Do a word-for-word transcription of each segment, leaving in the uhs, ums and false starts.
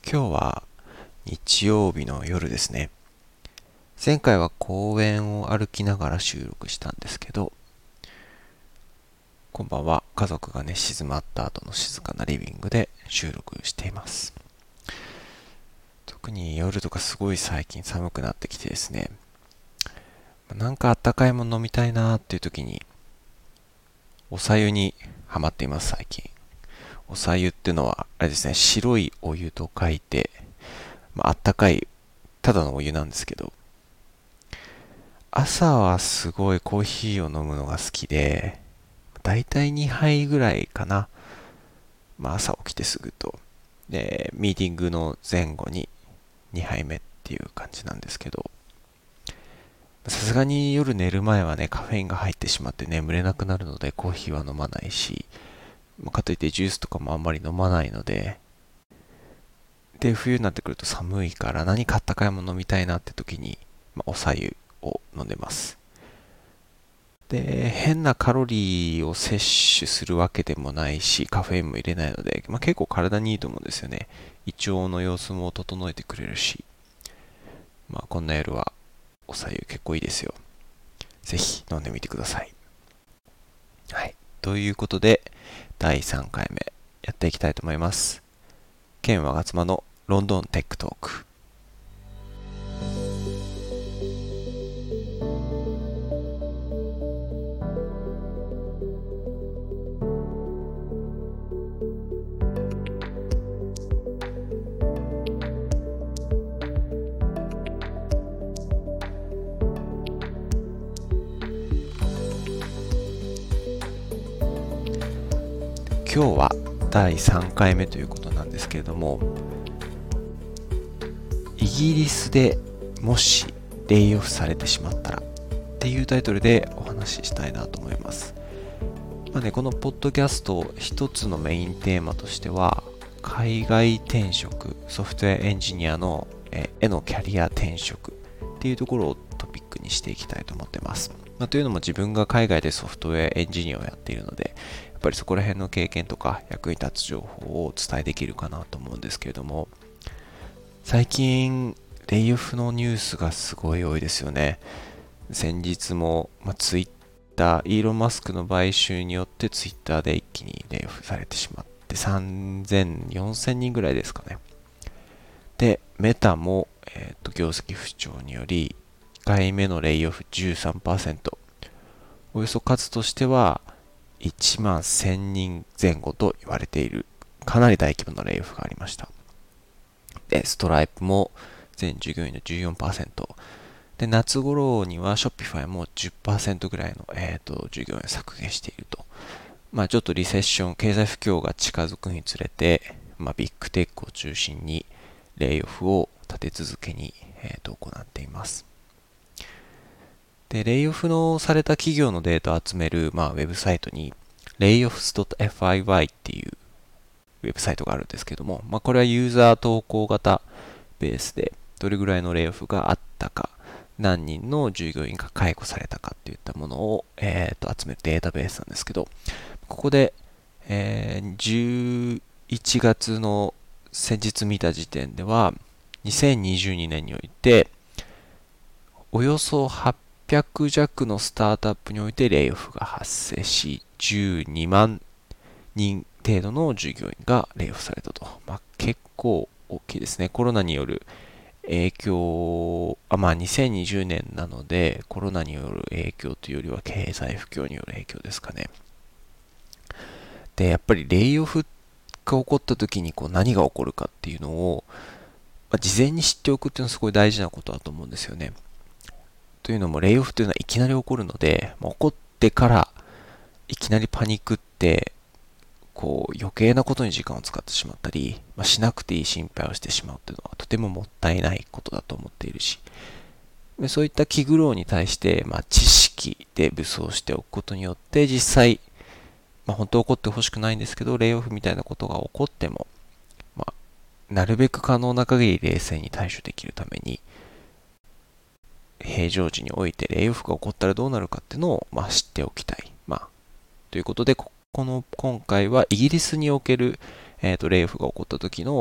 今日は日曜日の夜ですね。前回は公園を歩きながら収録したんですけど、今晩は家族がね、静まった後の静かなリビングで収録しています。特に夜とかすごい最近寒くなってきてですね、なんかあったかいもの飲みたいなーっていう時に、おさゆにハマっています、最近。おさゆってのは、あれですね、白いお湯と書いて、まあ、あったかい、ただのお湯なんですけど、朝はすごいコーヒーを飲むのが好きで、だいたいにはいぐらいかな。まあ朝起きてすぐと。で、ミーティングの前後ににはいめっていう感じなんですけど、さすがに夜寝る前はね、カフェインが入ってしまって眠れなくなるのでコーヒーは飲まないし、かといってジュースとかもあんまり飲まないので、で、冬になってくると寒いから何かあったかいもの飲みたいなって時に、まあ、お白湯を飲んでます。で、変なカロリーを摂取するわけでもないし、カフェインも入れないので、まあ、結構体にいいと思うんですよね。胃腸の様子も整えてくれるし、まあ、こんな夜はお白湯結構いいですよ。ぜひ飲んでみてください。はい。ということで、だいさんかいめやっていきたいと思います。ケン・ワガツマのロンドンテックトーク。今日はだいさんかいめということなんですけれども、イギリスでもしレイオフされてしまったらっていうタイトルでお話ししたいなと思います。まあね、このポッドキャスト一つのメインテーマとしては、海外転職、ソフトウェアエンジニアのえへのキャリア転職っていうところをトピックにしていきたいと思ってます。まあ、というのも自分が海外でソフトウェアエンジニアをやっているので、やっぱりそこら辺の経験とか役に立つ情報をお伝えできるかなと思うんですけれども、最近レイオフのニュースがすごい多いですよね。先日も、まあ、ツイッター、イーロン・マスクの買収によってツイッターで一気にレイオフされてしまってさんぜん、よんせんにんぐらいですかね。で、メタも、えーと業績不調によりいっかいめのレイオフじゅうさんパーセント、およそ数としてはいちまんせんにんぜん後と言われているかなり大規模なレイオフがありました。で、ストライプも全従業員のじゅうよんパーセント、で、夏頃にはショッピファイもじゅっパーセントぐらいの、えーと、従業員を削減していると。まあちょっとリセッション、経済不況が近づくにつれて、まあビッグテックを中心にレイオフを立て続けに、えーと行っています。で、レイオフのされた企業のデータを集める、まあ、ウェブサイトに、レイオフス .ファイワイ っていうウェブサイトがあるんですけども、まあ、これはユーザー投稿型ベースで、どれぐらいのレイオフがあったか、何人の従業員が解雇されたかっていったものを、えー、と集めるデータベースなんですけど、ここで、えー、じゅういちがつの先日見た時点では、にせんにじゅうにねんにおいて、およそはっぴゃく弱のスタートアップにおいてレイオフが発生し、じゅうにまん人程度の従業員がレイオフされたと。まあ、結構大きいですね。コロナによる影響、あ、まあにせんにじゅうねんなので、コロナによる影響というよりは経済不況による影響ですかね。で、やっぱりレイオフが起こった時にこう何が起こるかっていうのを、まあ、事前に知っておくっていうのはすごい大事なことだと思うんですよね。というのも、レイオフというのはいきなり起こるので、まあ、起こってからいきなりパニックって、こう余計なことに時間を使ってしまったり、まあ、しなくていい心配をしてしまうっていうのはとてももったいないことだと思っているし、そういった気苦労に対して、まあ、知識で武装しておくことによって、実際、まあ、本当は起こってほしくないんですけど、レイオフみたいなことが起こっても、まあ、なるべく可能な限り冷静に対処できるために、平常時においてレイオフが起こったらどうなるかっていうのを、まあ、知っておきたい。まあ、ということで、ここの今回はイギリスにおける、えーと、レイオフが起こった時の、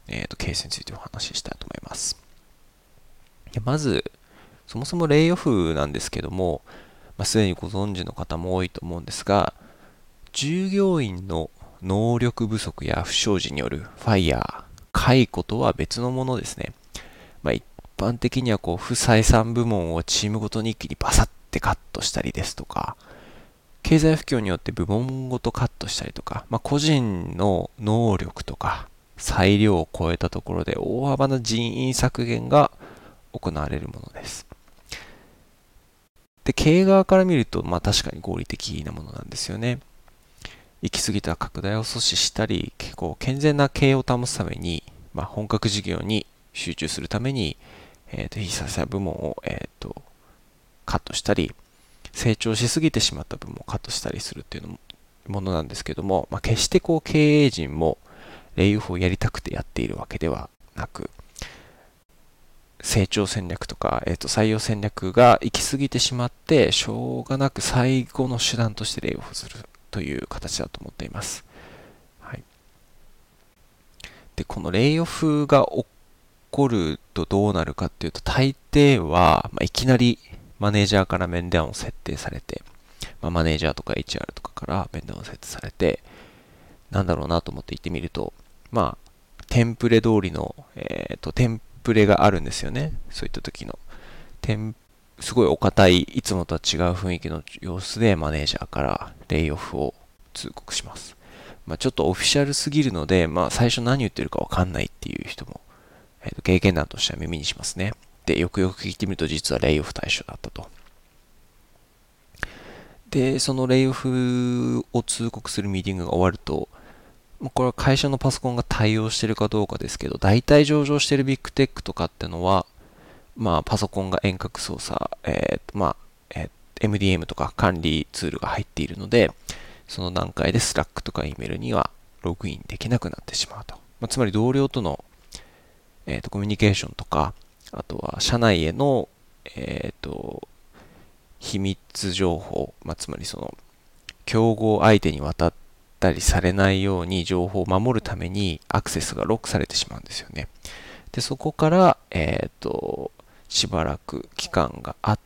えーと、ケースについてお話ししたいと思います。でまず、そもそもレイオフなんですけども、まあ、すでにご存知の方も多いと思うんですが、従業員の能力不足や不祥事によるファイヤー、解雇とは別のものですね。まあ、一般的にはこう不採算部門をチームごとに一気にバサッてカットしたりですとか、経済不況によって部門ごとカットしたりとか、まあ、個人の能力とか裁量を超えたところで大幅な人員削減が行われるものです。で、経営側から見ると、まあ確かに合理的なものなんですよね。行き過ぎた拡大を阻止したり、結構健全な経営を保つために、まあ、本格事業に集中するために、えー、と非採算部門を、えー、とカットしたり、成長しすぎてしまった部門をカットしたりするっていうのもものなんですけども、まあ、決してこう経営陣もレイオフをやりたくてやっているわけではなく、成長戦略とか、えー、と採用戦略が行き過ぎてしまって、しょうがなく最後の手段としてレイオフするという形だと思っています。はい、で、このレイオフが起こるとどうなるかっていうと、大抵は、まあ、いきなりマネージャーから面談を設定されて、まあ、マネージャーとか エイチアール とかから面談を設定されて、なんだろうなと思って行ってみると、まあ、テンプレ通りの、えっと、テンプレがあるんですよね。そういった時の。テンすごいお堅い、いつもとは違う雰囲気の様子でマネージャーからレイオフを通告します。まあ、ちょっとオフィシャルすぎるので、まあ、最初何言ってるかわかんないっていう人も、えーと経験談としては耳にしますね。で、よくよく聞いてみると実はレイオフ対象だったと。で、そのレイオフを通告するミーティングが終わると、これは会社のパソコンが対応してるかどうかですけど、大体上場してるビッグテックとかってのは、まあ、パソコンが遠隔操作、えー、まあ、えー、エムディーエム とか管理ツールが入っているので、その段階で Slack とか E メールにはログインできなくなってしまうと。まあ、つまり同僚との、えーと、コミュニケーションとか、あとは社内への、えーと、秘密情報、まあ、つまりその、競合相手に渡ったりされないように情報を守るためにアクセスがロックされてしまうんですよね。で、そこから、えっと、しばらく期間があって、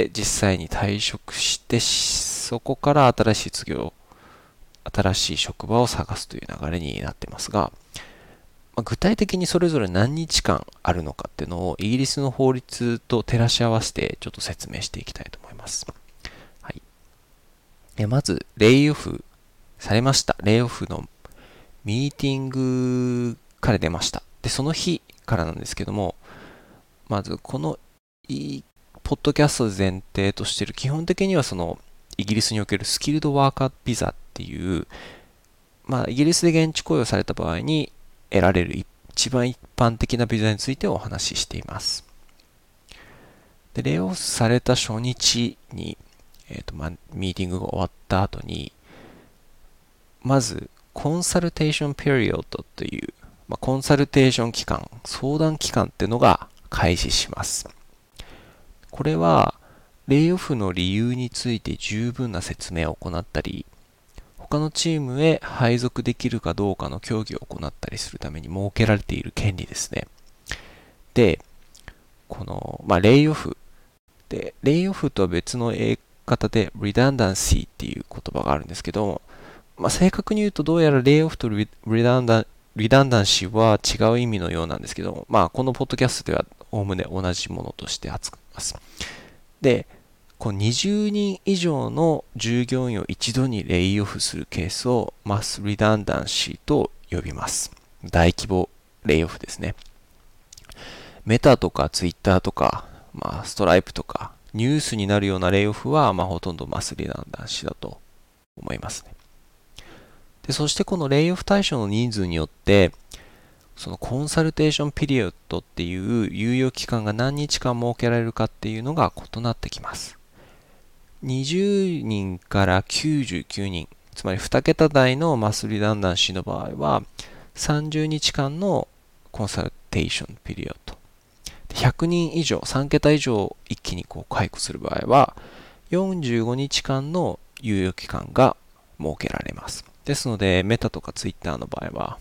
実際に退職して、そこから新しい卒業、新しい職場を探すという流れになってますが、まあ、具体的にそれぞれ何日間あるのかっていうのをイギリスの法律と照らし合わせてちょっと説明していきたいと思います。はい。でまず、レイオフされました。レイオフのミーティングから出ました。で、その日からなんですけども、まずこのいポッドキャストで前提としている、基本的にはそのイギリスにおけるスキルドワーカービザっていう、まあ、イギリスで現地雇用された場合に得られる一番一般的なビザについてお話ししています。で、レイオフされた初日に、えーとまあ、ミーティングが終わった後に、まず、コンサルテーションピリオドという、まあ、コンサルテーション期間、相談期間っていうのが開始します。これは、レイオフの理由について十分な説明を行ったり、他のチームへ配属できるかどうかの協議を行ったりするために設けられている権利ですね。で、この、まあ、レイオフ。で、レイオフとは別の言い方で、redundancy っていう言葉があるんですけど、まあ、正確に言うとどうやらレイオフとリダンダンリダンダンシーは違う意味のようなんですけど、まあ、このポッドキャストではおおむね同じものとして扱います。で、このにじゅうにん以上の従業員を一度にレイオフするケースをマスリダンダンシーと呼びます。大規模レイオフですね。メタとかツイッターとか、まあ、ストライプとかニュースになるようなレイオフは、まあ、ほとんどマスリダンダンシーだと思いますね。で、そしてこのレイオフ対象の人数によって、そのコンサルテーションピリオドっていう猶予期間が何日間設けられるかっていうのが異なってきます。にじゅうにんからきゅうじゅうきゅうにん、つまりに桁台のマスリダンダンシーの場合は、さんじゅうにちかんのコンサルテーションピリオド。ひゃくにん以上、さん桁以上一気にこう解雇する場合は、よんじゅうごにちかんの猶予期間が設けられます。ですので、メタとかツイッターの場合は、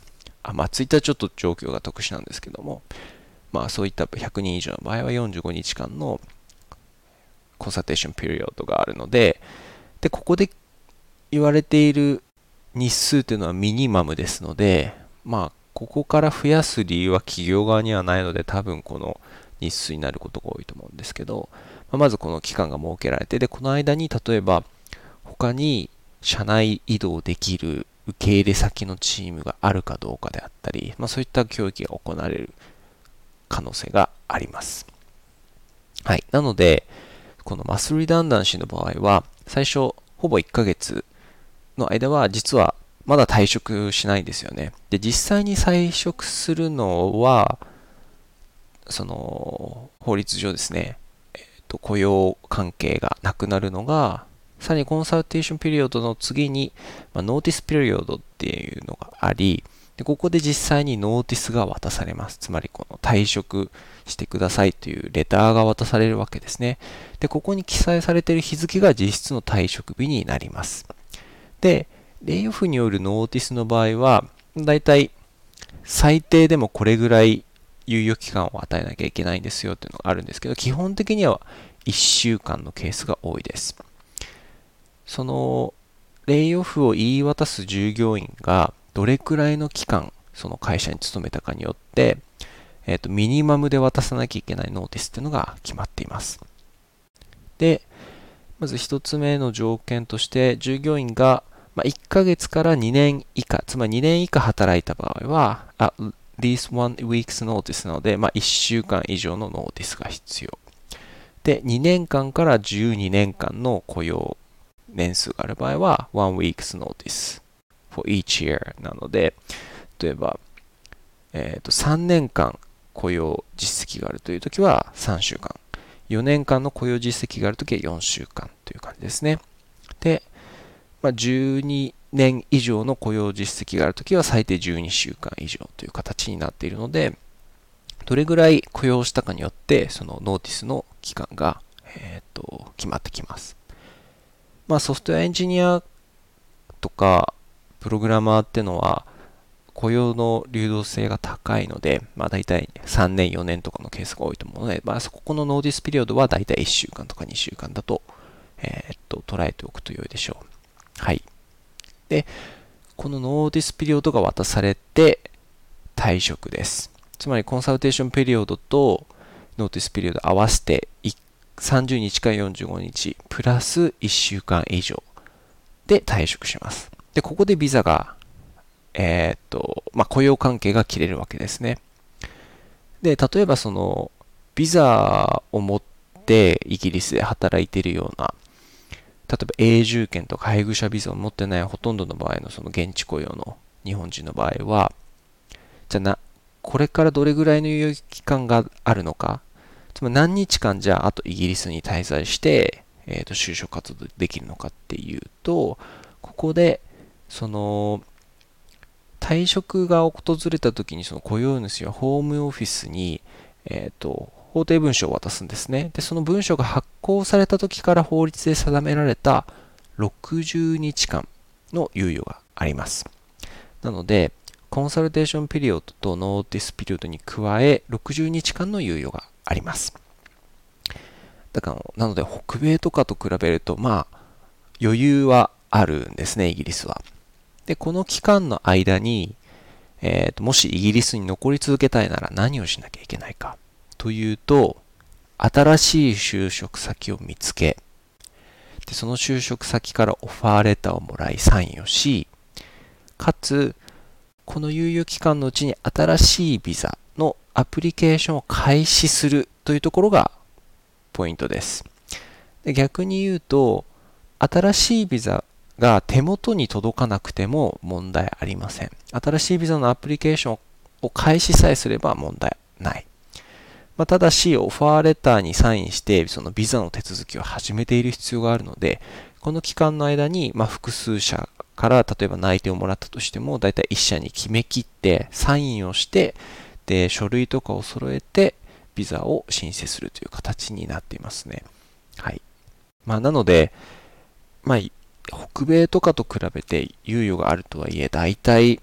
あ、まあ、ツイッターちょっと状況が特殊なんですけども、まあ、そういったひゃくにん以上の場合はよんじゅうごにちかんのコンサルテーションピリオドがあるので、で、ここで言われている日数というのはミニマムですので、まあ、ここから増やす理由は企業側にはないので、多分この日数になることが多いと思うんですけど、まずこの期間が設けられて、で、この間に例えば他に社内移動できる受け入れ先のチームがあるかどうかであったり、まあ、そういった教育が行われる可能性があります。はい。なので、このマスリダンダンシーの場合は、最初、ほぼいっかげつの間は、実はまだ退職しないんですよね。で、実際に退職するのは、その、法律上ですね、えっと、雇用関係がなくなるのが、さらにコンサルテーションピリオドの次に、まあ、ノーティスピリオドっていうのがあり、でここで実際にノーティスが渡されます。つまり、この退職してくださいというレターが渡されるわけですね。で、ここに記載されている日付が実質の退職日になります。で、レイオフによるノーティスの場合は、だいたい最低でもこれぐらい猶予期間を与えなきゃいけないんですよっていうのがあるんですけど、基本的にはいっしゅうかんのケースが多いです。その、レイオフを言い渡す従業員がどれくらいの期間、その会社に勤めたかによって、えっと、ミニマムで渡さなきゃいけないノーティスっていうのが決まっています。で、まず一つ目の条件として、従業員がいっかげつからにねん以下、つまりにねん以下働いた場合は、あ、least one week's notice なので、まあ、いっしゅうかん以上のノーティスが必要。で、にねんかんからじゅうにねんかんの雇用年数がある場合は、one week's notice for each year なので、例えば、えっと、さんねんかん雇用実績があるというときはさんしゅうかん。よねんかんの雇用実績があるときはよんしゅうかんという感じですね。で、まあ、じゅうにねん以上の雇用実績があるときは最低じゅうにしゅうかん以上という形になっているので、どれぐらい雇用したかによって、そのノーティスの期間が、えー、と決まってきます。まあ、ソフトウェアエンジニアとかプログラマーってのは雇用の流動性が高いので、まあ、大体さんねん、よねんとかのケースが多いと思うので、まあ、そこのノーティスピリオドは大体いっしゅうかんとかにしゅうかんだと、えー、っと捉えておくと良いでしょう。はい。で、このノーティスピリオドが渡されて退職です。つまりコンサルテーションピリオドとノーティスピリオド合わせてさんじゅうにちからよんじゅうごにちプラスいっしゅうかん以上で退職します。で、ここでビザが、えー、っと、まあ、雇用関係が切れるわけですね。で、例えばその、ビザを持ってイギリスで働いているような、例えば永住権とか配偶者ビザを持ってないほとんどの場合のその現地雇用の日本人の場合は、じゃあな、これからどれぐらいの猶予期間があるのか、つまり何日間じゃああとイギリスに滞在して、えー、と就職活動できるのかっていうと、ここでその退職が訪れた時にその雇用主はホームオフィスに、えー、と法定文書を渡すんですね。で、その文書が発行された時から法律で定められたろくじゅうにちかんの猶予があります。なので、コンサルテーションピリオドとノーティスピリオドに加えろくじゅうにちかんの猶予があります。だから、なので北米とかと比べると、まあ、余裕はあるんですね、イギリスは。で、この期間の間に、えーと、もしイギリスに残り続けたいなら何をしなきゃいけないかというと、新しい就職先を見つけ、でその就職先からオファーレターをもらいサインをし、かつ、この猶予期間のうちに新しいビザのアプリケーションを開始するというところがポイントです。で、逆に言うと、新しいビザが手元に届かなくても問題ありません。新しいビザのアプリケーションを開始さえすれば問題ない。まあ、ただし、オファーレターにサインして、そのビザの手続きを始めている必要があるので、この期間の間に、まあ、複数社から例えば内定をもらったとしても、だいたいいっ社に決めきって、サインをして、で、書類とかを揃えて、ビザを申請するという形になっていますね。はい。まあ、なので、まあ、北米とかと比べて猶予があるとはいえ、だいたい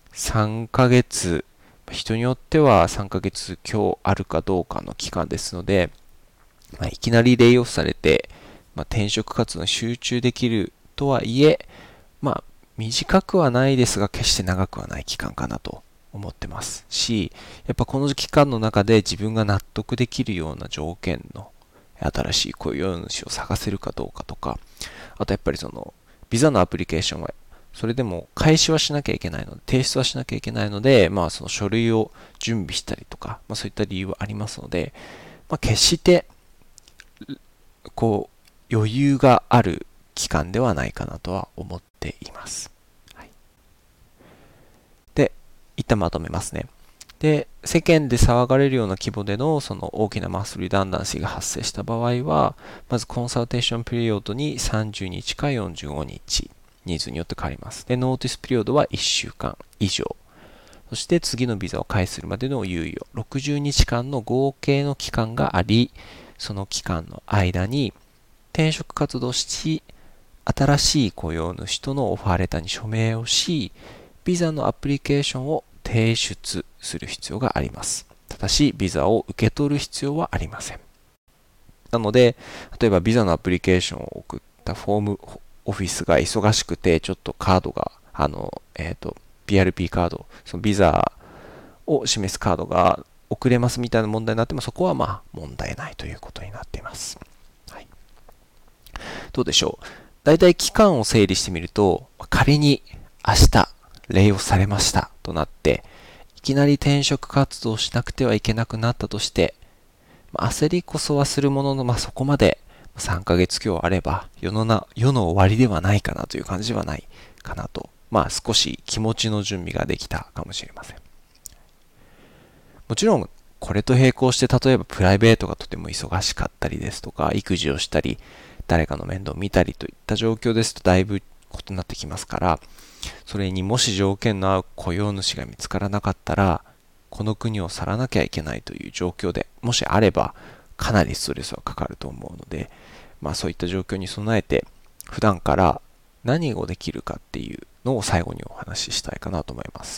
さんかげつ、人によってはさんかげつ今日あるかどうかの期間ですので、まあ、いきなりレイオフされて、まあ、転職活動に集中できるとはいえ、まあ、短くはないですが、決して長くはない期間かなと思ってますし、やっぱこの期間の中で自分が納得できるような条件の新しい雇用主を探せるかどうかとか、あとやっぱりその、ビザのアプリケーションは、それでも開始はしなきゃいけないので、提出はしなきゃいけないので、まあその書類を準備したりとか、まあそういった理由はありますので、まあ決して、こう、余裕がある期間ではないかなとは思っています。はい、で、一旦まとめますね。で、世間で騒がれるような規模でのその大きなマスリダンダンシーが発生した場合は、まずコンサルテーションピリオドにさんじゅうにちかよんじゅうごにち、ニーズによって変わります。で、ノーティスピリオドはいっしゅうかん以上。そして次のビザを開始するまでの猶予、ろくじゅうにちかんの合計の期間があり、その期間の間に転職活動し、新しい雇用主とのオファーレターに署名をし、ビザのアプリケーションを提出する必要があります。ただし、ビザを受け取る必要はありません。なので、例えばビザのアプリケーションを送ったフォームオフィスが忙しくて、ちょっとカードが、あの、えっと、ピーアールピー カード、そのビザを示すカードが遅れますみたいな問題になっても、そこはまあ問題ないということになっています。はい、どうでしょう。だいたい期間を整理してみると、仮に明日、レイオフされましたとなって、いきなり転職活動しなくてはいけなくなったとして、焦りこそはするものの、まあ、そこまでさんかげつ今日あれば世のな、世の終わりではないかなという感じはないかなと。まあ少し気持ちの準備ができたかもしれません。もちろん、これと並行して例えばプライベートがとても忙しかったりですとか、育児をしたり、誰かの面倒を見たりといった状況ですとだいぶ異なってきますから、それにもし条件の合う雇用主が見つからなかったら、この国を去らなきゃいけないという状況でもしあれば、かなりストレスはかかると思うので、まあそういった状況に備えて、普段から何をできるかっていうのを最後にお話ししたいかなと思います。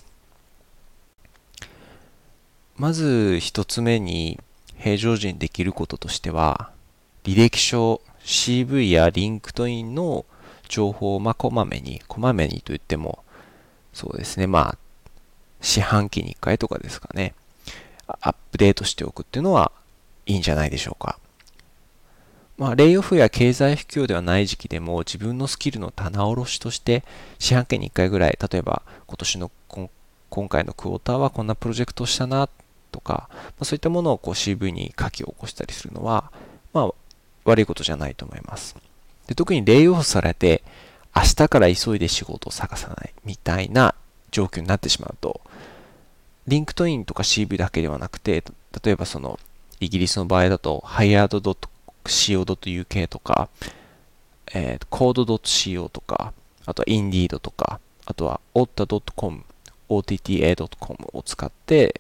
まず一つ目に平常時にできることとしては、履歴書、シーブイ やリンクトインの情報をまあこまめに、こまめにといっても、そうですね、まあ、四半期にいっかいとかですかね、アップデートしておくっていうのはいいんじゃないでしょうか。まあ、レイオフや経済不況ではない時期でも自分のスキルの棚卸しとして四半期にいっかいぐらい、例えば今年の今回のクォーターはこんなプロジェクトをしたなとか、まあ、そういったものをこう シーブイ に書き起こしたりするのは、まあ、悪いことじゃないと思います。で、特にレイオフされて明日から急いで仕事を探さないみたいな状況になってしまうと、リンクトインとか シーブイ だけではなくて、例えばそのイギリスの場合だと ハイアードドットシーオードットユーケー とか、えー、コードドットシーオー とか、あとは Indeed とか、あとは オッタドットコム、オーティーティーエードットコム を使って、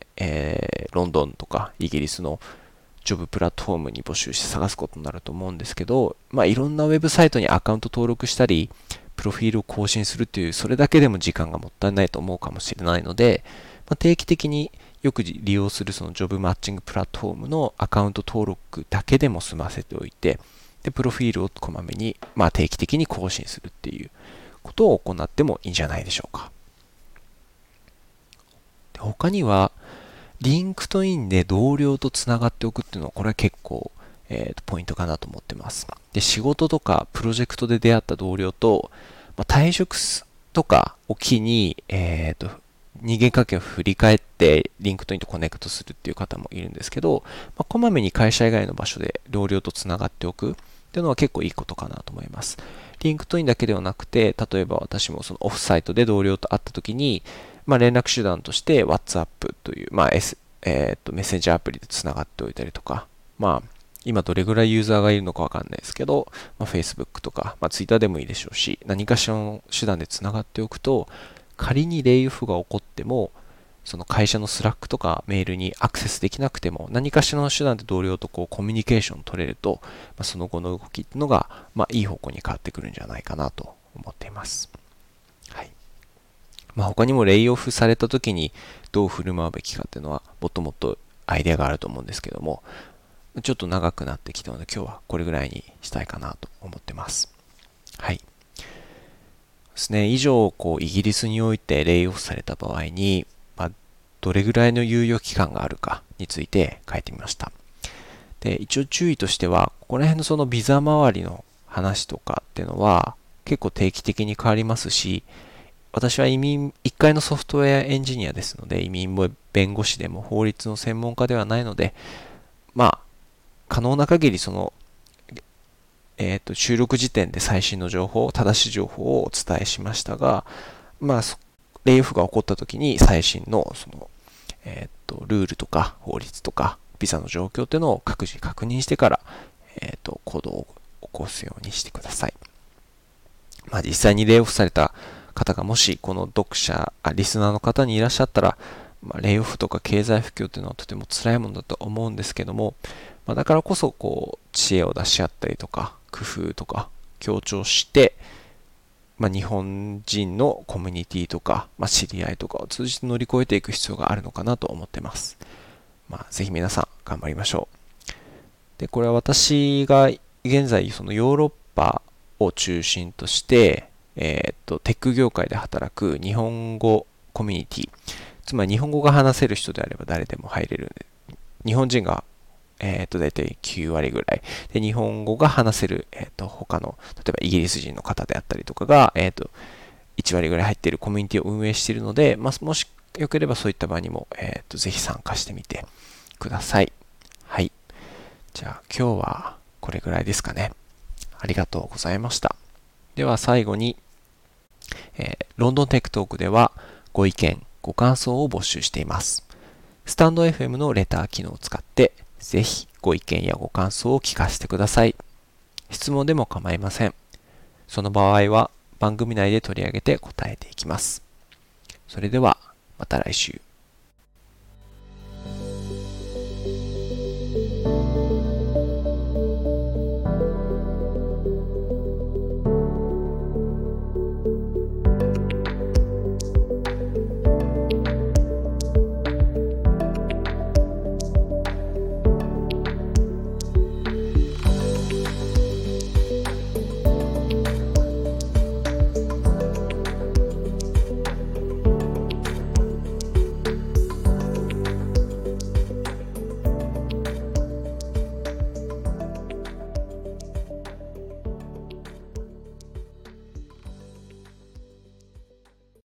えー、ロンドンとかイギリスのジョブプラットフォームに募集して探すことになると思うんですけど、まあ、いろんなウェブサイトにアカウント登録したり、プロフィールを更新するっていう、それだけでも時間がもったいないと思うかもしれないので、まあ、定期的によく利用するそのジョブマッチングプラットフォームのアカウント登録だけでも済ませておいて、で、プロフィールをこまめに、まあ、定期的に更新するっていうことを行ってもいいんじゃないでしょうか。で、他には、リンクトインで同僚とつながっておくっていうのは、これは結構、えー、ポイントかなと思ってます。で、仕事とかプロジェクトで出会った同僚と、まあ、退職とかを機に、えっと、人間関係を振り返ってリンクトインとコネクトするっていう方もいるんですけど、まあ、こまめに会社以外の場所で同僚とつながっておくっていうのは結構いいことかなと思います。リンクトインだけではなくて、例えば私もそのオフサイトで同僚と会った時に、まあ、連絡手段として WhatsApp という、まあ S えー、とメッセンジャーアプリでつながっておいたりとか、まあ今どれぐらいユーザーがいるのかわかんないですけど、まあ、Facebook とか、まあ、Twitter でもいいでしょうし、何かしらの手段でつながっておくと、仮にレイオフが起こっても、その会社のスラックとかメールにアクセスできなくても、何かしらの手段で同僚とこうコミュニケーションを取れると、まあ、その後の動きっていうのが、まあ、いい方向に変わってくるんじゃないかなと思っています。はい。 まあ、他にもレイオフされた時にどう振る舞うべきかっていうのはもっともっとアイデアがあると思うんですけども、ちょっと長くなってきたので今日はこれぐらいにしたいかなと思ってます。はい。ですね。以上、こう、イギリスにおいてレイオフされた場合に、まあ、どれぐらいの猶予期間があるかについて書いてみました。で、一応注意としては、ここら辺のそのビザ周りの話とかっていうのは結構定期的に変わりますし、私は移民、一階のソフトウェアエンジニアですので、移民も弁護士でも法律の専門家ではないので、まあ、可能な限りその、えっと、収録時点で最新の情報、正しい情報をお伝えしましたが、まあ、レイオフが起こった時に最新のその、えっと、ルールとか法律とかビザの状況っていうのを各自確認してから、えっと、行動を起こすようにしてください。まあ、実際にレイオフされた方がもしこの読者、あ、リスナーの方にいらっしゃったら、まあ、レイオフとか経済不況っていうのはとても辛いものだと思うんですけども、まあ、だからこそこう知恵を出し合ったりとか工夫とか強調して、まあ、日本人のコミュニティとか、まあ、知り合いとかを通じて乗り越えていく必要があるのかなと思ってます。まあ、ぜひ皆さん頑張りましょう。で、これは私が現在そのヨーロッパを中心として、えーっと、テック業界で働く日本語コミュニティ、つまり日本語が話せる人であれば誰でも入れる。日本人が、えーっと、大体きゅう割ぐらい。で、日本語が話せる、えーっと、他の、例えばイギリス人の方であったりとかが、えーっと、いち割ぐらい入っているコミュニティを運営しているので、まあ、もしよければそういった場にも、えーっと、ぜひ参加してみてください。はい。じゃあ、今日はこれぐらいですかね。ありがとうございました。では最後に、えーロンドンテックトークではご意見、ご感想を募集しています。スタンド エフエム のレター機能を使って、ぜひご意見やご感想を聞かせてください。質問でも構いません。その場合は番組内で取り上げて答えていきます。それではまた来週。